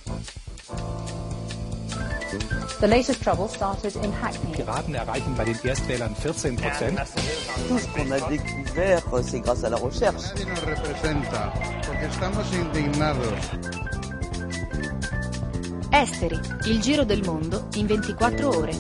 The latest trouble started in Hackney. Piraten erreichen bei den Erstwählern 14%. Tout ce qu'on a découvert, c'est grâce à la recherche. Nadie nos representa, porque estamos indignados. Esteri, il giro del mondo in 24 ore.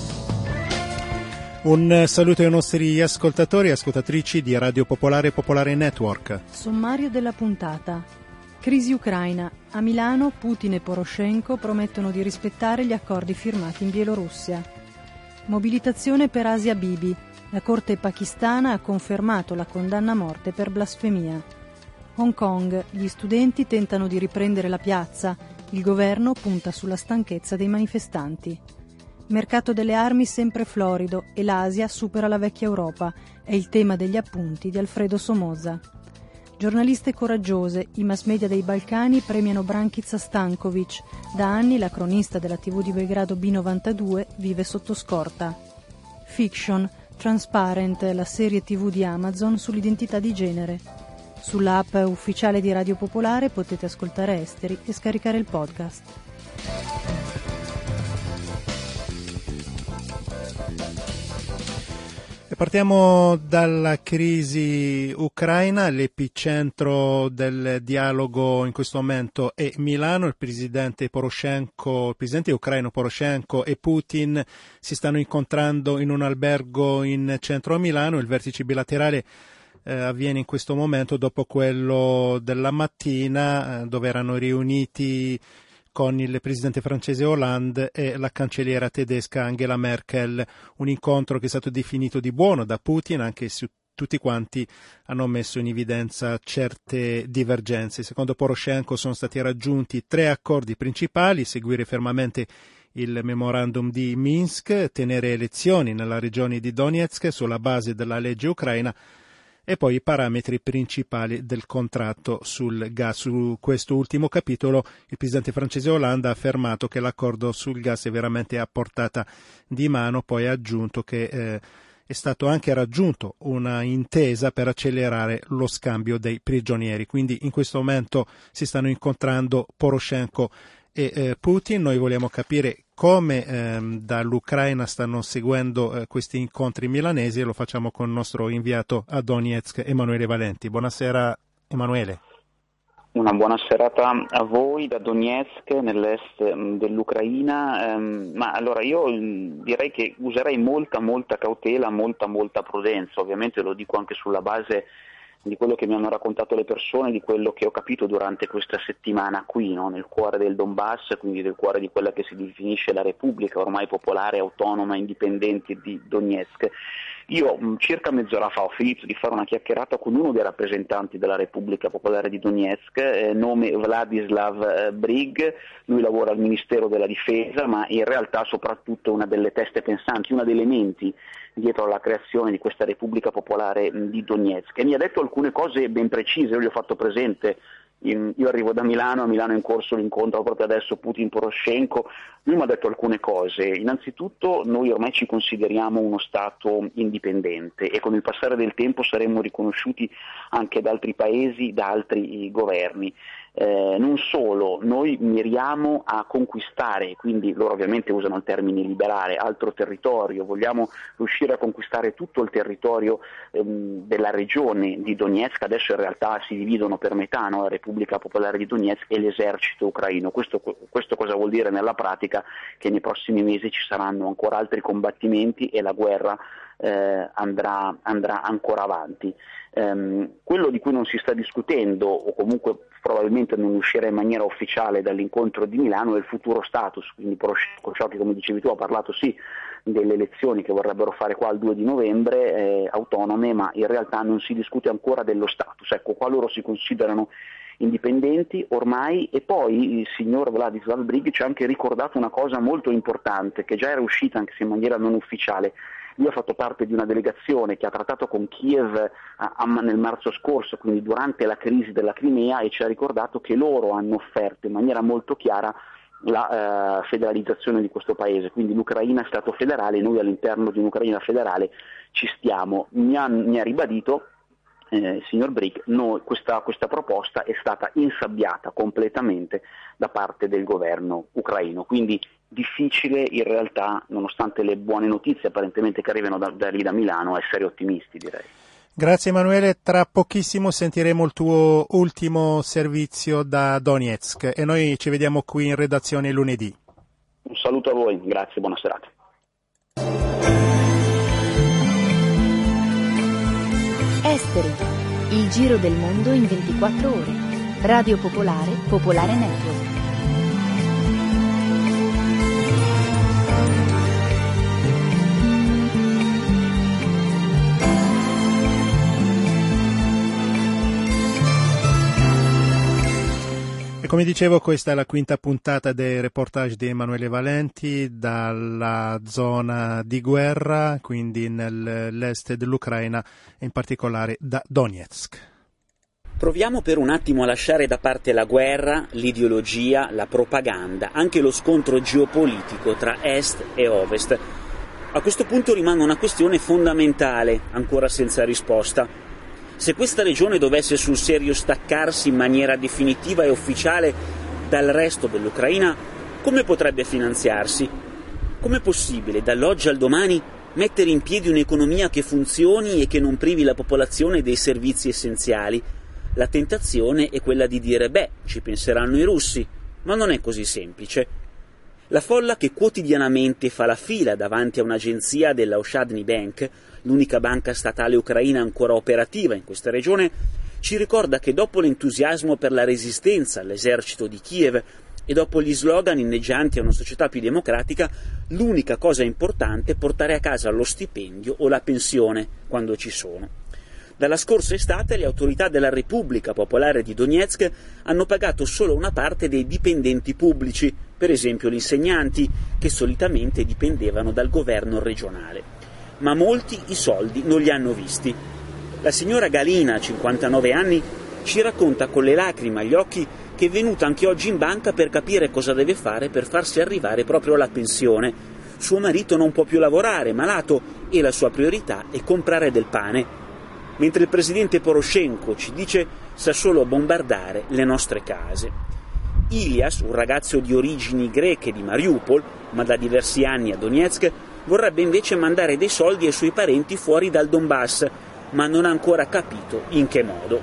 Un saluto ai nostri ascoltatori e ascoltatrici di Radio Popolare e Popolare Network. Sommario della puntata. Crisi ucraina. A Milano Putin e Poroshenko promettono di rispettare gli accordi firmati in Bielorussia. Mobilitazione per Asia Bibi. La Corte pakistana ha confermato la condanna a morte per blasfemia. Hong Kong. Gli studenti tentano di riprendere la piazza. Il governo punta sulla stanchezza dei manifestanti. Mercato delle armi sempre florido e l'Asia supera la vecchia Europa. È il tema degli appunti di Alfredo Somoza. Giornaliste coraggiose, i mass media dei Balcani premiano Brankica Stankovic. Da anni la cronista della TV di Belgrado B92 vive sotto scorta. Fiction, Transparent, la serie TV di Amazon sull'identità di genere. Sull'app ufficiale di Radio Popolare potete ascoltare Esteri e scaricare il podcast. Partiamo dalla crisi ucraina. L'epicentro del dialogo in questo momento è Milano. Il presidente ucraino Poroshenko e Putin si stanno incontrando in un albergo in centro a Milano. Il vertice bilaterale avviene in questo momento dopo quello della mattina dove erano riuniti con il presidente francese Hollande e la cancelliera tedesca Angela Merkel, un incontro che è stato definito di buono da Putin, anche se tutti quanti hanno messo in evidenza certe divergenze. Secondo Poroshenko sono stati raggiunti 3 accordi principali: seguire fermamente il memorandum di Minsk, tenere elezioni nella regione di Donetsk sulla base della legge ucraina e poi i parametri principali del contratto sul gas. Su questo ultimo capitolo il presidente francese Hollande ha affermato che l'accordo sul gas è veramente a portata di mano, poi ha aggiunto che è stato anche raggiunto una intesa per accelerare lo scambio dei prigionieri. Quindi in questo momento si stanno incontrando Poroshenko e Putin. Noi vogliamo capire come dall'Ucraina stanno seguendo questi incontri milanesi e lo facciamo con il nostro inviato a Donetsk, Emanuele Valenti. Buonasera Emanuele. Una buona serata a voi da Donetsk, nell'est dell'Ucraina. Ma allora io direi che userei molta cautela, molta prudenza. Ovviamente lo dico anche sulla base di quello che mi hanno raccontato le persone, di quello che ho capito durante questa settimana qui, no? Nel cuore del Donbass, quindi nel cuore di quella che si definisce la Repubblica ormai popolare, autonoma, indipendente di Donetsk. Io circa mezz'ora fa ho finito di fare una chiacchierata con uno dei rappresentanti della Repubblica Popolare di Donetsk, nome Vladislav Brig. Lui lavora al Ministero della Difesa, ma in realtà soprattutto una delle teste pensanti, una delle menti dietro alla creazione di questa Repubblica Popolare di Donetsk, e mi ha detto alcune cose ben precise. Io gli ho fatto presente, io arrivo da Milano, a Milano è in corso l'incontro proprio adesso Putin-Poroshenko. Lui mi ha detto alcune cose. Innanzitutto noi ormai ci consideriamo uno Stato indipendente e con il passare del tempo saremmo riconosciuti anche da altri paesi, da altri governi. Non solo, noi miriamo a conquistare, quindi loro ovviamente usano il termine liberare, altro territorio. Vogliamo riuscire a conquistare tutto il territorio della regione di Donetsk. Adesso in realtà si dividono per metà, no? La Repubblica Popolare di Donetsk e l'esercito ucraino. Questo cosa vuol dire nella pratica? Che nei prossimi mesi ci saranno ancora altri combattimenti e la guerra andrà ancora avanti. Quello di cui non si sta discutendo, o comunque probabilmente non uscirà in maniera ufficiale dall'incontro di Milano, è il futuro status. Quindi Poroshenko, ciò che come dicevi tu ha parlato sì delle elezioni che vorrebbero fare qua il 2 di novembre, autonome, ma in realtà non si discute ancora dello status. Ecco, qua loro si considerano indipendenti ormai. E poi il signor Vladislav Brig ci ha anche ricordato una cosa molto importante che già era uscita anche se in maniera non ufficiale. Lui ha fatto parte di una delegazione che ha trattato con Kiev nel marzo scorso, quindi durante la crisi della Crimea, e ci ha ricordato che loro hanno offerto in maniera molto chiara la federalizzazione di questo paese, quindi l'Ucraina è stato federale e noi all'interno di un'Ucraina federale ci stiamo. Mi ha ribadito signor Brick, questa proposta è stata insabbiata completamente da parte del governo ucraino, quindi difficile in realtà, nonostante le buone notizie apparentemente che arrivano da lì da Milano, essere ottimisti, direi. Grazie Emanuele, tra pochissimo sentiremo il tuo ultimo servizio da Donetsk e noi ci vediamo qui in redazione lunedì. Un saluto a voi, grazie, buona serata. Esteri, il giro del mondo in 24 ore. Radio Popolare, Popolare Network. Come dicevo, questa è la quinta puntata del reportage di Emanuele Valenti dalla zona di guerra, quindi nell'est dell'Ucraina, in particolare da Donetsk. Proviamo per un attimo a lasciare da parte la guerra, l'ideologia, la propaganda, anche lo scontro geopolitico tra est e ovest. A questo punto rimane una questione fondamentale, ancora senza risposta. Se questa regione dovesse sul serio staccarsi in maniera definitiva e ufficiale dal resto dell'Ucraina, come potrebbe finanziarsi? Com'è possibile, dall'oggi al domani, mettere in piedi un'economia che funzioni e che non privi la popolazione dei servizi essenziali? La tentazione è quella di dire, ci penseranno i russi, ma non è così semplice. La folla che quotidianamente fa la fila davanti a un'agenzia della Oshadny Bank, l'unica banca statale ucraina ancora operativa in questa regione, ci ricorda che dopo l'entusiasmo per la resistenza all'esercito di Kiev e dopo gli slogan inneggianti a una società più democratica, l'unica cosa importante è portare a casa lo stipendio o la pensione, quando ci sono. Dalla scorsa estate le autorità della Repubblica Popolare di Donetsk hanno pagato solo una parte dei dipendenti pubblici, per esempio gli insegnanti, che solitamente dipendevano dal governo regionale. Ma molti i soldi non li hanno visti. La signora Galina, 59 anni, ci racconta con le lacrime agli occhi che è venuta anche oggi in banca per capire cosa deve fare per farsi arrivare proprio alla pensione. Suo marito non può più lavorare, malato, e la sua priorità è comprare del pane. Mentre il presidente Poroshenko ci dice sa solo bombardare le nostre case. Ilias, un ragazzo di origini greche di Mariupol, ma da diversi anni a Donetsk, vorrebbe invece mandare dei soldi ai suoi parenti fuori dal Donbass, ma non ha ancora capito in che modo.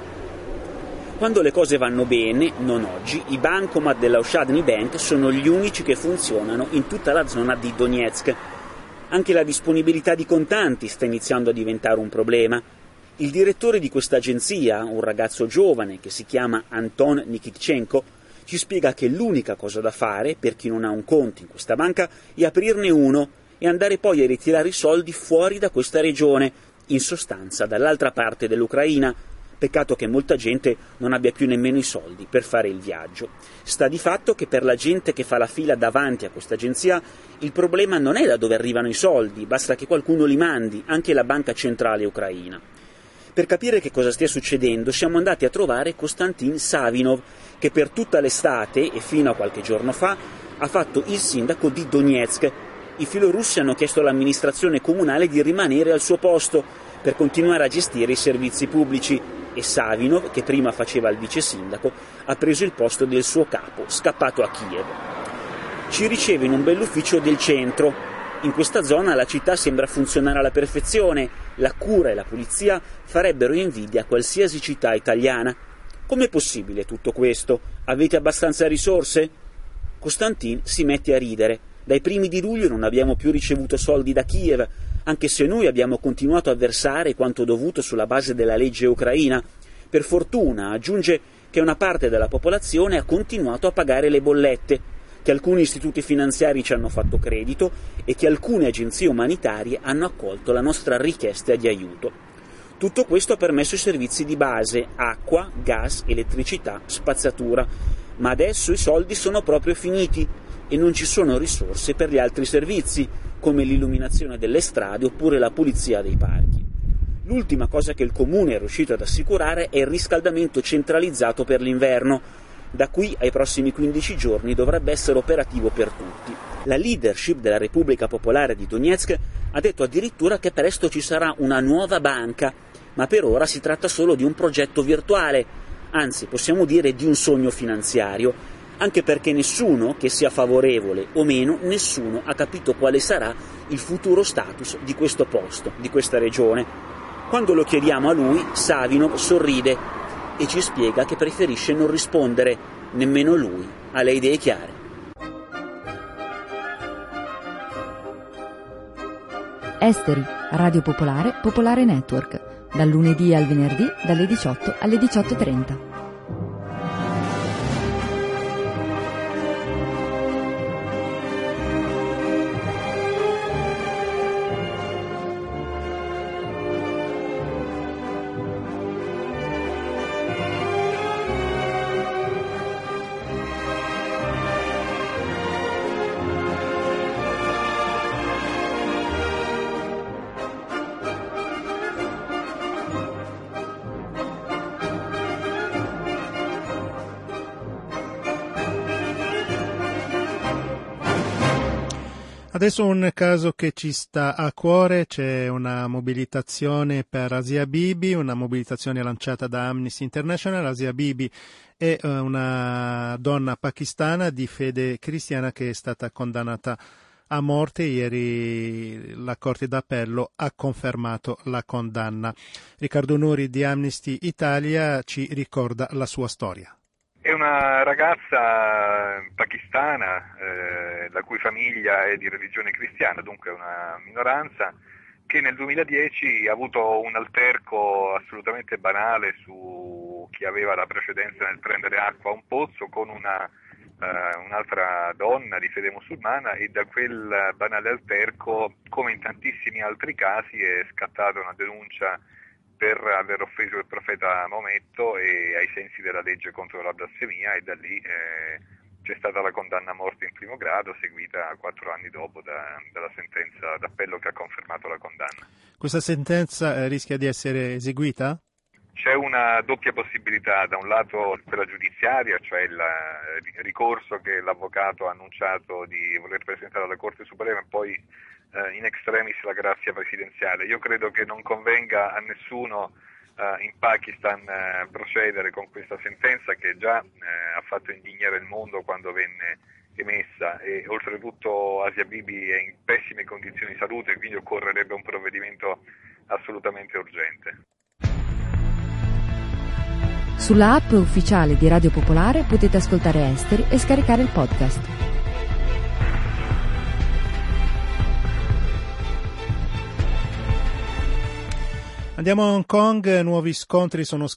Quando le cose vanno bene, non oggi, i bancomat della Oshadny Bank sono gli unici che funzionano in tutta la zona di Donetsk. Anche la disponibilità di contanti sta iniziando a diventare un problema. Il direttore di questa agenzia, un ragazzo giovane che si chiama Anton Nikitchenko, ci spiega che l'unica cosa da fare per chi non ha un conto in questa banca è aprirne uno e andare poi a ritirare i soldi fuori da questa regione, in sostanza dall'altra parte dell'Ucraina. Peccato che molta gente non abbia più nemmeno i soldi per fare il viaggio. Sta di fatto che per la gente che fa la fila davanti a questa agenzia il problema non è da dove arrivano i soldi, basta che qualcuno li mandi, anche la banca centrale ucraina. Per capire che cosa stia succedendo siamo andati a trovare Konstantin Savinov, che per tutta l'estate e fino a qualche giorno fa ha fatto il sindaco di Donetsk. I filorussi hanno chiesto all'amministrazione comunale di rimanere al suo posto per continuare a gestire i servizi pubblici e Savinov, che prima faceva il vice sindaco, ha preso il posto del suo capo, scappato a Kiev. Ci riceve in un bell'ufficio del centro. In questa zona la città sembra funzionare alla perfezione, la cura e la pulizia farebbero invidia a qualsiasi città italiana. Com'è possibile tutto questo? Avete abbastanza risorse? Konstantin si mette a ridere. Dai primi di luglio non abbiamo più ricevuto soldi da Kiev, anche se noi abbiamo continuato a versare quanto dovuto sulla base della legge ucraina. Per fortuna, aggiunge, che una parte della popolazione ha continuato a pagare le bollette, che alcuni istituti finanziari ci hanno fatto credito e che alcune agenzie umanitarie hanno accolto la nostra richiesta di aiuto. Tutto questo ha permesso i servizi di base, acqua, gas, elettricità, spazzatura, ma adesso i soldi sono proprio finiti e non ci sono risorse per gli altri servizi, come l'illuminazione delle strade oppure la pulizia dei parchi. L'ultima cosa che il comune è riuscito ad assicurare è il riscaldamento centralizzato per l'inverno. Da qui ai prossimi 15 giorni dovrebbe essere operativo per tutti. La leadership della Repubblica Popolare di Donetsk ha detto addirittura che presto ci sarà una nuova banca ma per ora si tratta solo di un progetto virtuale, anzi possiamo dire di un sogno finanziario, anche perché nessuno, che sia favorevole o meno, nessuno ha capito quale sarà il futuro status di questo posto, di questa regione. Quando lo chiediamo a lui, Savinov sorride e ci spiega che preferisce non rispondere, nemmeno lui ha le idee chiare. Esteri, Radio Popolare, Popolare Network, dal lunedì al venerdì dalle 18 alle 18:30. Adesso un caso che ci sta a cuore, c'è una mobilitazione per Asia Bibi, una mobilitazione lanciata da Amnesty International. Asia Bibi è una donna pakistana di fede cristiana che è stata condannata a morte. Ieri la Corte d'Appello ha confermato la condanna. Riccardo Nuri di Amnesty Italia ci ricorda la sua storia. È una ragazza pakistana, la cui famiglia è di religione cristiana, dunque una minoranza, che nel 2010 ha avuto un alterco assolutamente banale su chi aveva la precedenza nel prendere acqua a un pozzo con un'altra donna di fede musulmana, e da quel banale alterco, come in tantissimi altri casi, è scattata una denuncia per aver offeso il profeta Maometto e ai sensi della legge contro la blasfemia, e da lì c'è stata la condanna a morte in primo grado, seguita 4 anni dopo dalla sentenza d'appello che ha confermato la condanna. Questa sentenza rischia di essere eseguita? C'è una doppia possibilità: da un lato quella giudiziaria, cioè il ricorso che l'avvocato ha annunciato di voler presentare alla Corte Suprema, e poi in extremis la grazia presidenziale. Io credo che non convenga a nessuno in Pakistan procedere con questa sentenza, che già ha fatto indignare il mondo quando venne emessa, e oltretutto Asia Bibi è in pessime condizioni di salute, quindi occorrerebbe un provvedimento assolutamente urgente. Sulla app ufficiale di Radio Popolare potete ascoltare Esteri e scaricare il podcast. Andiamo a Hong Kong. Nuovi scontri sono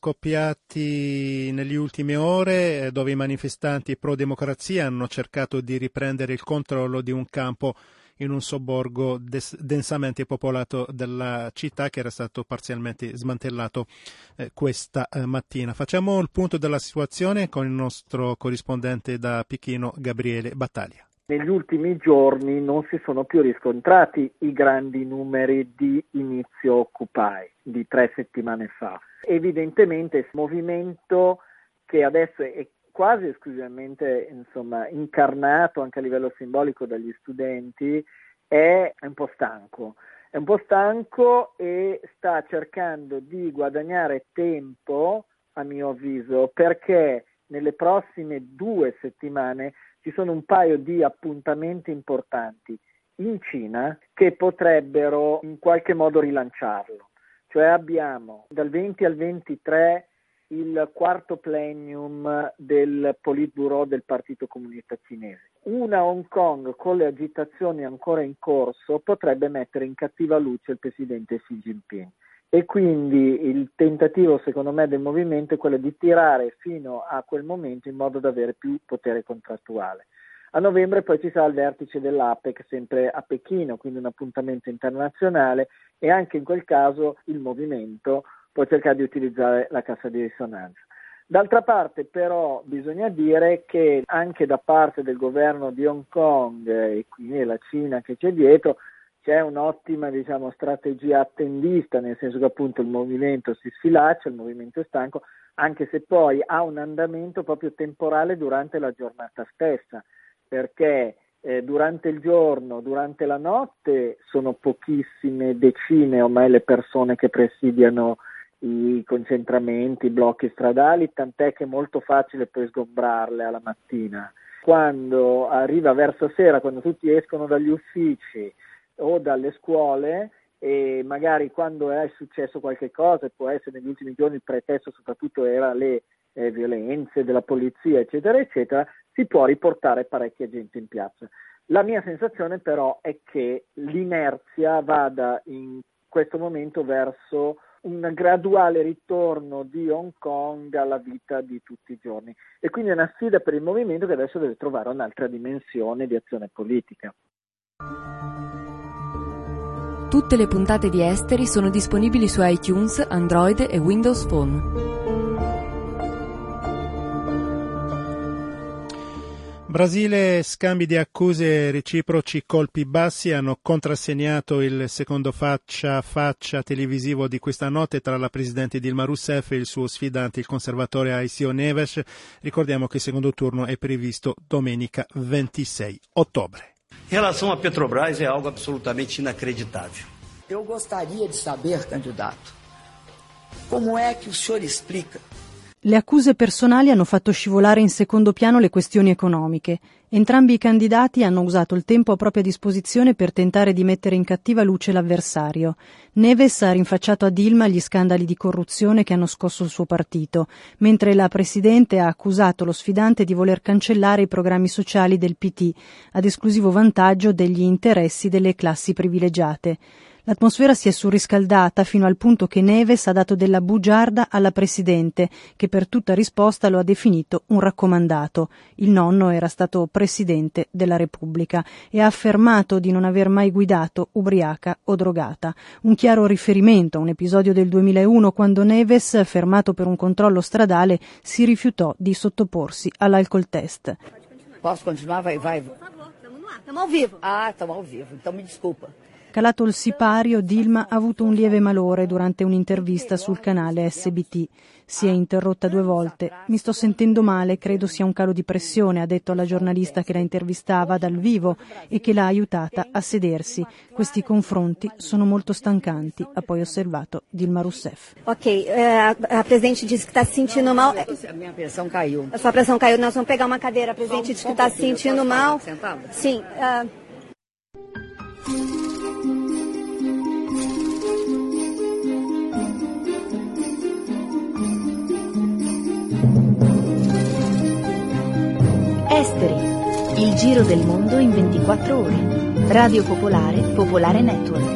scoppiati nelle ultime ore, dove i manifestanti pro-democrazia hanno cercato di riprendere il controllo di un campo in un sobborgo densamente popolato della città, che era stato parzialmente smantellato questa mattina. Facciamo il punto della situazione con il nostro corrispondente da Pechino, Gabriele Battaglia. Negli ultimi giorni non si sono più riscontrati i grandi numeri di inizio Occupy di 3 settimane fa. Evidentemente il movimento, che adesso è quasi esclusivamente incarnato anche a livello simbolico dagli studenti, è un po' stanco. È un po' stanco e sta cercando di guadagnare tempo, a mio avviso, perché nelle prossime 2 settimane ci sono un paio di appuntamenti importanti in Cina che potrebbero in qualche modo rilanciarlo. Cioè abbiamo dal 20 al 23 il 4º plenum del Politburo del Partito Comunista Cinese. Una Hong Kong con le agitazioni ancora in corso potrebbe mettere in cattiva luce il presidente Xi Jinping. E quindi il tentativo, secondo me, del movimento è quello di tirare fino a quel momento in modo da avere più potere contrattuale. A novembre poi ci sarà il vertice dell'APEC, sempre a Pechino, quindi un appuntamento internazionale, e anche in quel caso il movimento può cercare di utilizzare la cassa di risonanza. D'altra parte però bisogna dire che anche da parte del governo di Hong Kong, e quindi la Cina che c'è dietro, c'è un'ottima strategia attendista, nel senso che appunto il movimento si sfilaccia, il movimento è stanco, anche se poi ha un andamento proprio temporale durante la giornata stessa, perché durante il giorno, durante la notte sono pochissime decine ormai le persone che presidiano i concentramenti, i blocchi stradali, tant'è che è molto facile poi sgombrarle alla mattina. Quando arriva verso sera, quando tutti escono dagli uffici o dalle scuole, e magari quando è successo qualche cosa, e può essere negli ultimi giorni il pretesto soprattutto era le violenze della polizia, eccetera, eccetera, si può riportare parecchia gente in piazza. La mia sensazione però è che l'inerzia vada in questo momento verso un graduale ritorno di Hong Kong alla vita di tutti i giorni, e quindi è una sfida per il movimento che adesso deve trovare un'altra dimensione di azione politica. Tutte le puntate di Esteri sono disponibili su iTunes, Android e Windows Phone. Brasile, scambi di accuse, reciproci colpi bassi hanno contrassegnato il secondo faccia a faccia televisivo di questa notte tra la presidente Dilma Rousseff e il suo sfidante, il conservatore Aécio Neves. Ricordiamo che il secondo turno è previsto domenica 26 ottobre. Em relação a Petrobras é algo absolutamente inacreditável. Eu gostaria di saber, candidato, como é que o senhor explica? Le accuse personali hanno fatto scivolare in secondo piano le questioni economiche. Entrambi i candidati hanno usato il tempo a propria disposizione per tentare di mettere in cattiva luce l'avversario. Neves ha rinfacciato a Dilma gli scandali di corruzione che hanno scosso il suo partito, mentre la Presidente ha accusato lo sfidante di voler cancellare i programmi sociali del PT, ad esclusivo vantaggio degli interessi delle classi privilegiate. L'atmosfera si è surriscaldata fino al punto che Neves ha dato della bugiarda alla Presidente, che per tutta risposta lo ha definito un raccomandato. Il nonno era stato Presidente della Repubblica e ha affermato di non aver mai guidato ubriaca o drogata. Un chiaro riferimento a un episodio del 2001 quando Neves, fermato per un controllo stradale, si rifiutò di sottoporsi all'alcol test. Posso continuar? Vai. Por favor, estamos ao vivo. Estamos ao vivo, então me desculpa. Calato il sipario, Dilma ha avuto un lieve malore durante un'intervista sul canale SBT. Si è interrotta 2 volte. Mi sto sentendo male, credo sia un calo di pressione, ha detto alla giornalista che la intervistava dal vivo e che l'ha aiutata a sedersi. Questi confronti sono molto stancanti, ha poi osservato Dilma Rousseff. Ok, a Presidente disse que está se sentindo mal. Minha pressão caiu. A sua pressão caiu, nós vamos pegar uma cadeira. A Presidente disse que está se sentindo mal. Sim. Esteri, il giro del mondo in 24 ore. Radio Popolare, Popolare Network.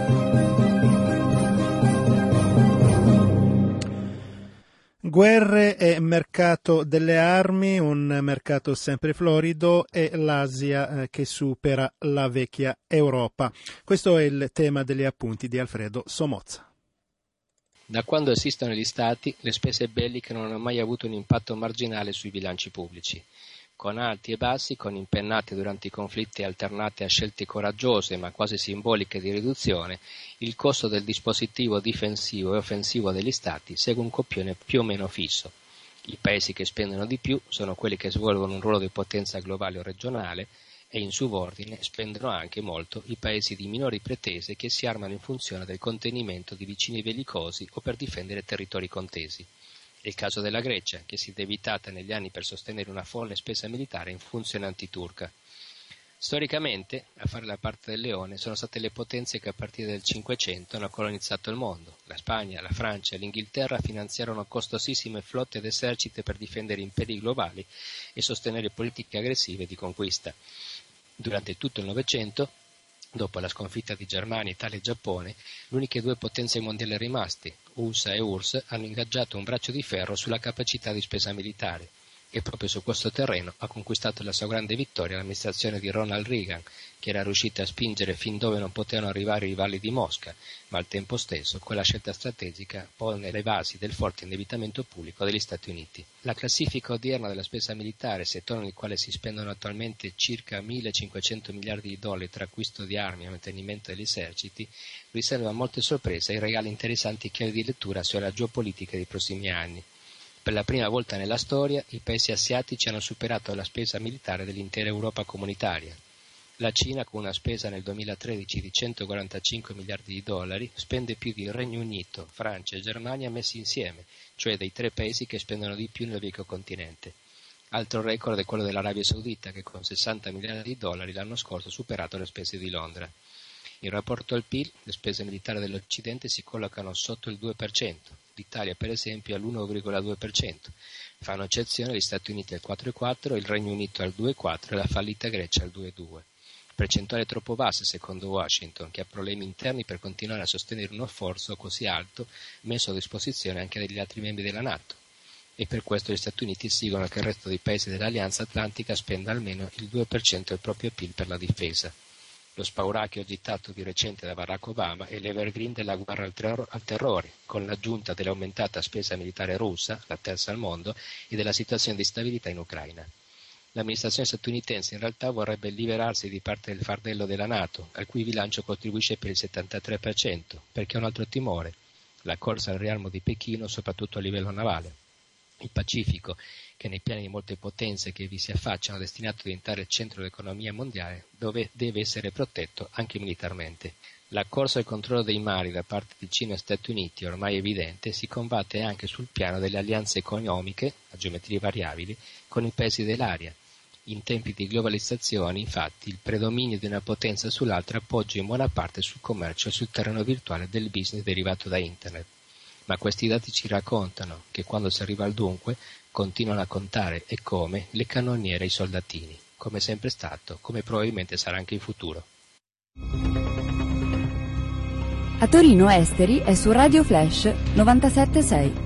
Guerre e mercato delle armi, un mercato sempre florido, e l'Asia che supera la vecchia Europa. Questo è il tema degli appunti di Alfredo Somozza. Da quando esistono gli Stati, le spese belliche non hanno mai avuto un impatto marginale sui bilanci pubblici. Con alti e bassi, con impennate durante i conflitti alternate a scelte coraggiose ma quasi simboliche di riduzione, il costo del dispositivo difensivo e offensivo degli Stati segue un copione più o meno fisso. I paesi che spendono di più sono quelli che svolgono un ruolo di potenza globale o regionale, e in subordine spendono anche molto i paesi di minori pretese che si armano in funzione del contenimento di vicini bellicosi o per difendere territori contesi. È il caso della Grecia, che si è debitata negli anni per sostenere una folle spesa militare in funzione antiturca. Storicamente, a fare la parte del leone sono state le potenze che a partire dal Cinquecento hanno colonizzato il mondo. La Spagna, la Francia e l'Inghilterra finanziarono costosissime flotte ed eserciti per difendere imperi globali e sostenere politiche aggressive di conquista. Durante tutto il Novecento, dopo la sconfitta di Germania, Italia e Giappone, le uniche 2 potenze mondiali rimaste, USA e URSS, hanno ingaggiato un braccio di ferro sulla capacità di spesa militare, e proprio su questo terreno ha conquistato la sua grande vittoria l'amministrazione di Ronald Reagan, che era riuscita a spingere fin dove non potevano arrivare i rivali di Mosca, ma al tempo stesso quella scelta strategica pone le basi del forte indebitamento pubblico degli Stati Uniti. La classifica odierna della spesa militare, settore nel quale si spendono attualmente circa 1.500 miliardi di dollari tra acquisto di armi e mantenimento degli eserciti, riserva molte sorprese e regala interessanti chiavi di lettura sulla geopolitica dei prossimi anni. Per la prima volta nella storia, i paesi asiatici hanno superato la spesa militare dell'intera Europa comunitaria. La Cina, con una spesa nel 2013 di 145 miliardi di dollari, spende più di Regno Unito, Francia e Germania messi insieme, cioè dei 3 paesi che spendono di più nel vecchio continente. Altro record è quello dell'Arabia Saudita, che con 60 miliardi di dollari l'anno scorso ha superato le spese di Londra. In rapporto al PIL, le spese militari dell'Occidente si collocano sotto il 2%, l'Italia per esempio all'1,2%. Fanno eccezione gli Stati Uniti al 4,4%, il Regno Unito al 2,4% e la fallita Grecia al 2,2%. Percentuale troppo bassa secondo Washington, che ha problemi interni per continuare a sostenere uno sforzo così alto messo a disposizione anche dagli altri membri della NATO. E per questo gli Stati Uniti esiggono che il resto dei paesi dell'Alleanza Atlantica spenda almeno il 2% del proprio PIL per la difesa. Lo spauracchio agitato di recente da Barack Obama è l'evergreen della guerra al terrore, con l'aggiunta dell'aumentata spesa militare russa, la terza al mondo, e della situazione di stabilità in Ucraina. L'amministrazione statunitense in realtà vorrebbe liberarsi di parte del fardello della NATO, al cui bilancio contribuisce per il 73%, perché ha un altro timore, la corsa al riarmo di Pechino, soprattutto a livello navale. Il Pacifico, che nei piani di molte potenze che vi si affacciano è destinato a diventare il centro dell'economia mondiale, dove deve essere protetto anche militarmente. La corsa al controllo dei mari da parte di Cina e Stati Uniti, ormai evidente, si combatte anche sul piano delle alleanze economiche, a geometrie variabili, con i paesi dell'area. In tempi di globalizzazione, infatti, il predominio di una potenza sull'altra appoggia in buona parte sul commercio e sul terreno virtuale del business derivato da Internet. Ma questi dati ci raccontano che quando si arriva al dunque, continuano a contare e come le cannoniere e i soldatini, come è sempre stato, come probabilmente sarà anche in futuro. A Torino Esteri è su Radio Flash 97.6.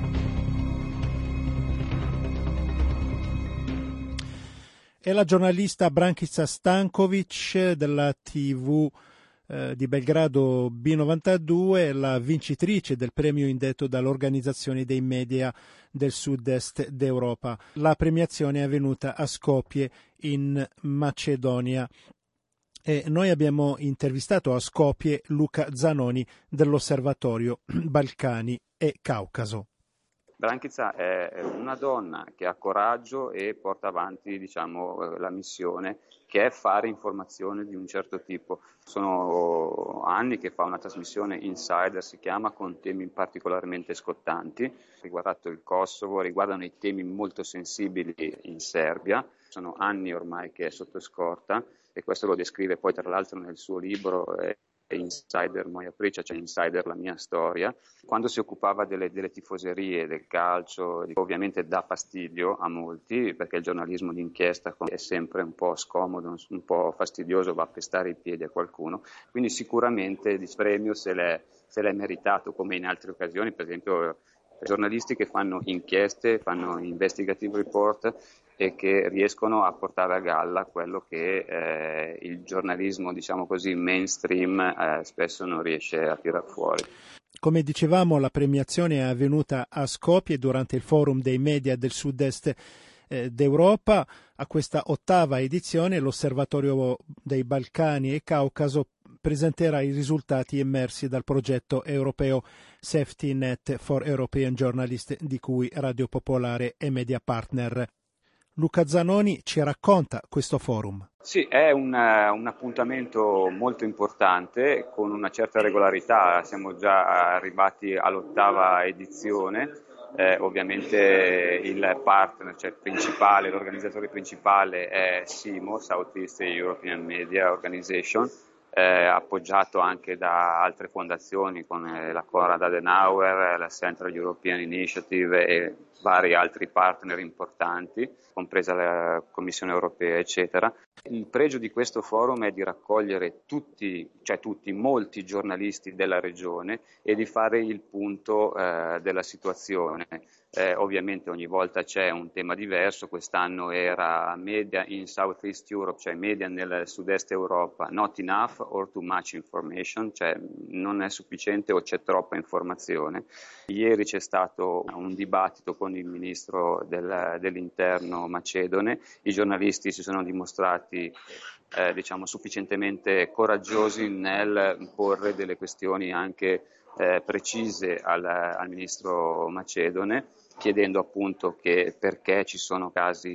È la giornalista Brankica Stankovic della TV di Belgrado B92, la vincitrice del premio indetto dall'Organizzazione dei Media del Sud-Est d'Europa. La premiazione è avvenuta a Skopje in Macedonia. E noi abbiamo intervistato a Skopje Luca Zanoni dell'Osservatorio Balcani e Caucaso. Brankica è una donna che ha coraggio e porta avanti, la missione, che è fare informazione di un certo tipo. Sono anni che fa una trasmissione Insider, si chiama, con temi particolarmente scottanti, riguardato il Kosovo, riguardano i temi molto sensibili in Serbia. Sono anni ormai che è sotto scorta e questo lo descrive poi tra l'altro nel suo libro Insider Moja Priča, cioè Insider la mia storia. Quando si occupava delle tifoserie, del calcio, ovviamente dà fastidio a molti perché il giornalismo d'inchiesta è sempre un po' scomodo, un po' fastidioso, va a pestare i piedi a qualcuno, quindi sicuramente il premio se l'è meritato, come in altre occasioni, per esempio giornalisti che fanno inchieste, fanno investigative report e che riescono a portare a galla quello che il giornalismo, mainstream spesso non riesce a tirar fuori. Come dicevamo, la premiazione è avvenuta a Skopje durante il Forum dei Media del Sud-Est d'Europa. A questa 8ª edizione l'Osservatorio dei Balcani e Caucaso presenterà i risultati emersi dal progetto europeo Safety Net for European Journalists, di cui Radio Popolare è media partner. Luca Zanoni ci racconta questo forum. Sì, è un appuntamento molto importante, con una certa regolarità. Siamo già arrivati all'8ª edizione. Ovviamente il partner, principale, l'organizzatore principale è SIMO, Southeast European Media Organization, appoggiato anche da altre fondazioni come la Konrad Adenauer, la Central European Initiative e vari altri partner importanti, compresa la Commissione Europea, eccetera. Il pregio di questo forum è di raccogliere molti giornalisti della regione e di fare il punto della situazione. Ovviamente ogni volta c'è un tema diverso, quest'anno era media in Southeast Europe, cioè media nel sud-est Europa, not enough or too much information, cioè non è sufficiente o c'è troppa informazione. Ieri c'è stato un dibattito con il ministro dell'interno macedone, i giornalisti si sono dimostrati sufficientemente coraggiosi nel porre delle questioni anche precise al ministro macedone, chiedendo appunto che perché ci sono casi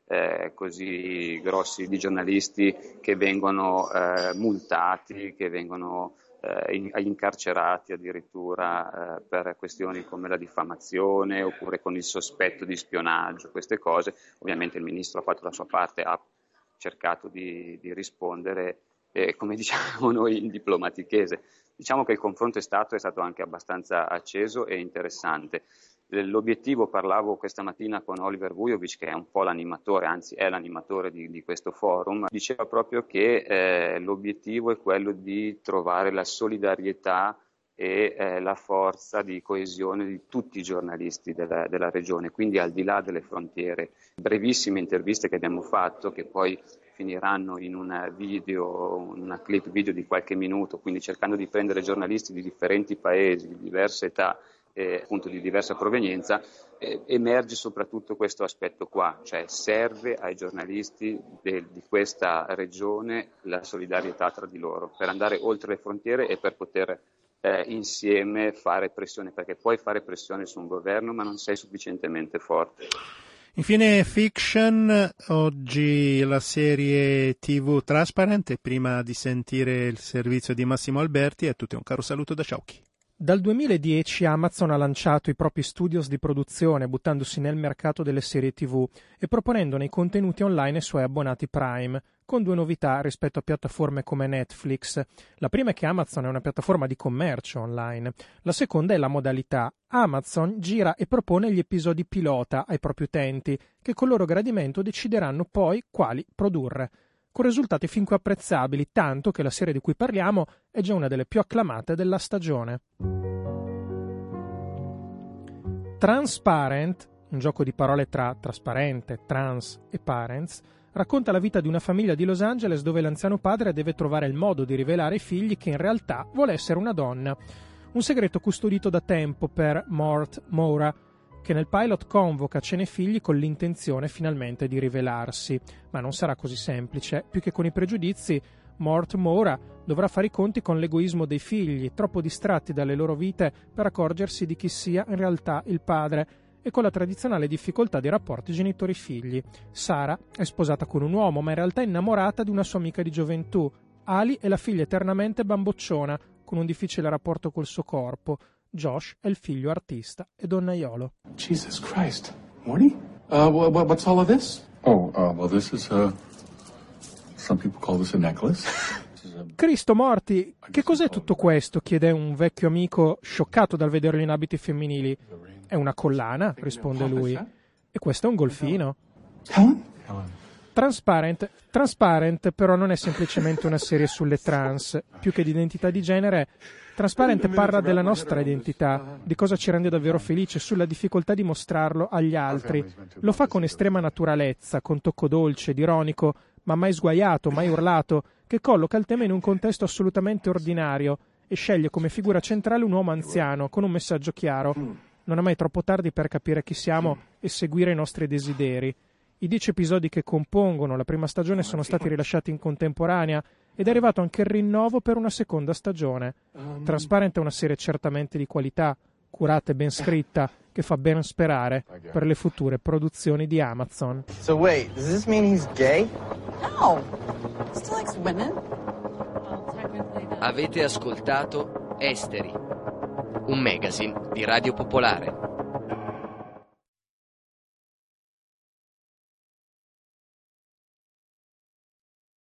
così grossi di giornalisti che vengono multati, che vengono incarcerati addirittura per questioni come la diffamazione oppure con il sospetto di spionaggio, queste cose. Ovviamente il ministro ha fatto la sua parte, ha cercato di rispondere, come diciamo noi in diplomatichese. Diciamo che il confronto è stato anche abbastanza acceso e interessante. L'obiettivo, parlavo questa mattina con Oliver Vujovic, che è un po' l'animatore, anzi è l'animatore di questo forum, diceva proprio che l'obiettivo è quello di trovare la solidarietà e la forza di coesione di tutti i giornalisti della regione, quindi al di là delle frontiere. Brevissime interviste che abbiamo fatto, che poi finiranno in una clip video di qualche minuto, quindi cercando di prendere giornalisti di differenti paesi, di diverse età, appunto di diversa provenienza, emerge soprattutto questo aspetto qua, cioè serve ai giornalisti di questa regione la solidarietà tra di loro, per andare oltre le frontiere e per poter insieme fare pressione, perché puoi fare pressione su un governo ma non sei sufficientemente forte. Infine fiction, oggi la serie TV Transparent, e prima di sentire il servizio di Massimo Alberti, a tutti un caro saluto da Ciauchi. Dal 2010 Amazon ha lanciato i propri studios di produzione, buttandosi nel mercato delle serie TV e proponendone i contenuti online ai suoi abbonati Prime, con due novità rispetto a piattaforme come Netflix. La prima è che Amazon è una piattaforma di commercio online. La seconda è la modalità. Amazon gira e propone gli episodi pilota ai propri utenti, che con loro gradimento decideranno poi quali produrre, con risultati fin qui apprezzabili, tanto che la serie di cui parliamo è già una delle più acclamate della stagione. Transparent, un gioco di parole tra trasparente, trans e parents, racconta la vita di una famiglia di Los Angeles dove l'anziano padre deve trovare il modo di rivelare ai figli che in realtà vuole essere una donna. Un segreto custodito da tempo per Mort Moura, che nel pilot convoca cene figli con l'intenzione finalmente di rivelarsi. Ma non sarà così semplice. Più che con i pregiudizi, Mort Moura dovrà fare i conti con l'egoismo dei figli, troppo distratti dalle loro vite per accorgersi di chi sia in realtà il padre, e con la tradizionale difficoltà dei rapporti genitori-figli. Sara è sposata con un uomo, ma in realtà è innamorata di una sua amica di gioventù. Ali è la figlia eternamente bambocciona, con un difficile rapporto col suo corpo. Josh è il figlio artista e donnaiolo. Jesus Christ. Morty? What's all of this? Well, this is some people call this a necklace. Cristo Morty, che cos'è tutto questo? Chiede un vecchio amico scioccato dal vederlo in abiti femminili. È una collana, risponde lui. E questo è un golfino. Transparent però non è semplicemente una serie sulle trans. Più che di identità di genere, Transparent parla della nostra identità, di cosa ci rende davvero felice, sulla difficoltà di mostrarlo agli altri. Lo fa con estrema naturalezza, con tocco dolce ed ironico, ma mai sguaiato, mai urlato, che colloca il tema in un contesto assolutamente ordinario e sceglie come figura centrale un uomo anziano, con un messaggio chiaro. Non è mai troppo tardi per capire chi siamo e seguire i nostri desideri. I 10 episodi che compongono la prima stagione sono stati rilasciati in contemporanea ed è arrivato anche il rinnovo per una seconda stagione. Transparent è una serie certamente di qualità, curata e ben scritta, che fa ben sperare per le future produzioni di Amazon. So wait, does this mean he's gay? No, he still likes women. Avete ascoltato Esteri, un magazine di Radio Popolare.